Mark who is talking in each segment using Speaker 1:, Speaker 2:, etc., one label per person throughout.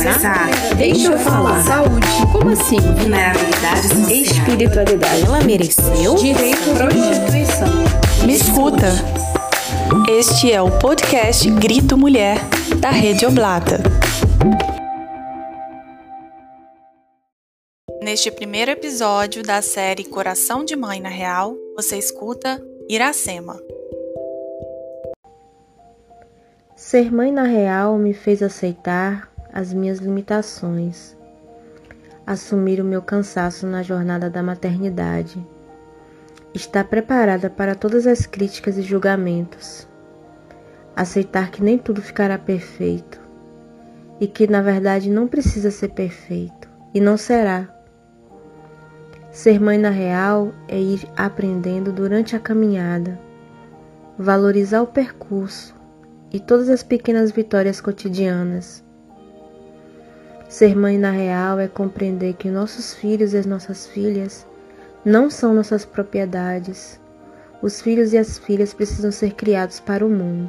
Speaker 1: começar?
Speaker 2: Deixa eu falar.
Speaker 1: Saúde.
Speaker 2: Como assim?
Speaker 1: Vulnerabilidade social.
Speaker 2: Espiritualidade. Ela mereceu?
Speaker 1: Direito à prostituição.
Speaker 3: Me escuta. Este é o podcast Grito Mulher, da Rede Oblata. Neste primeiro episódio da série Coração de Mãe na Real, você escuta Iracema.
Speaker 4: Ser mãe na real me fez aceitar as minhas limitações, assumir o meu cansaço na jornada da maternidade, estar preparada para todas as críticas e julgamentos, aceitar que nem tudo ficará perfeito e que na verdade não precisa ser perfeito e não será. Ser mãe na real é ir aprendendo durante a caminhada, valorizar o percurso e todas as pequenas vitórias cotidianas. Ser mãe na real é compreender que nossos filhos e as nossas filhas não são nossas propriedades. Os filhos e as filhas precisam ser criados para o mundo.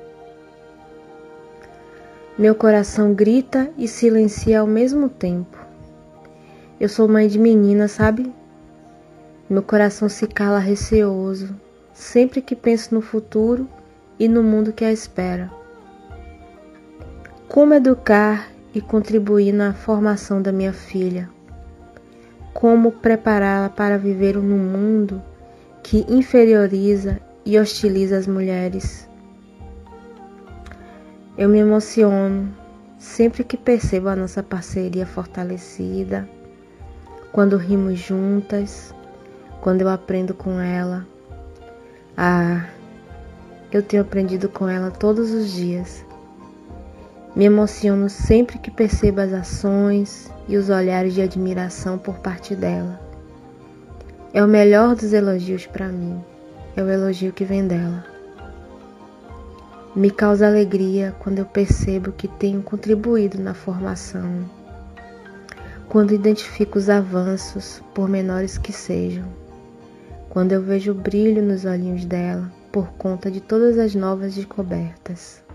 Speaker 4: Meu coração grita e silencia ao mesmo tempo. Eu sou mãe de menina, sabe? Meu coração se cala receoso, sempre que penso no futuro e no mundo que a espera. Como educar e contribuir na formação da minha filha? Como prepará-la para viver num mundo que inferioriza e hostiliza as mulheres? Eu me emociono sempre que percebo a nossa parceria fortalecida, quando rimos juntas, quando eu aprendo com ela. Eu tenho aprendido com ela todos os dias. Me emociono sempre que percebo as ações e os olhares de admiração por parte dela. É o melhor dos elogios para mim, é o elogio que vem dela. Me causa alegria quando eu percebo que tenho contribuído na formação, quando identifico os avanços, por menores que sejam, quando eu vejo o brilho nos olhinhos dela por conta de todas as novas descobertas.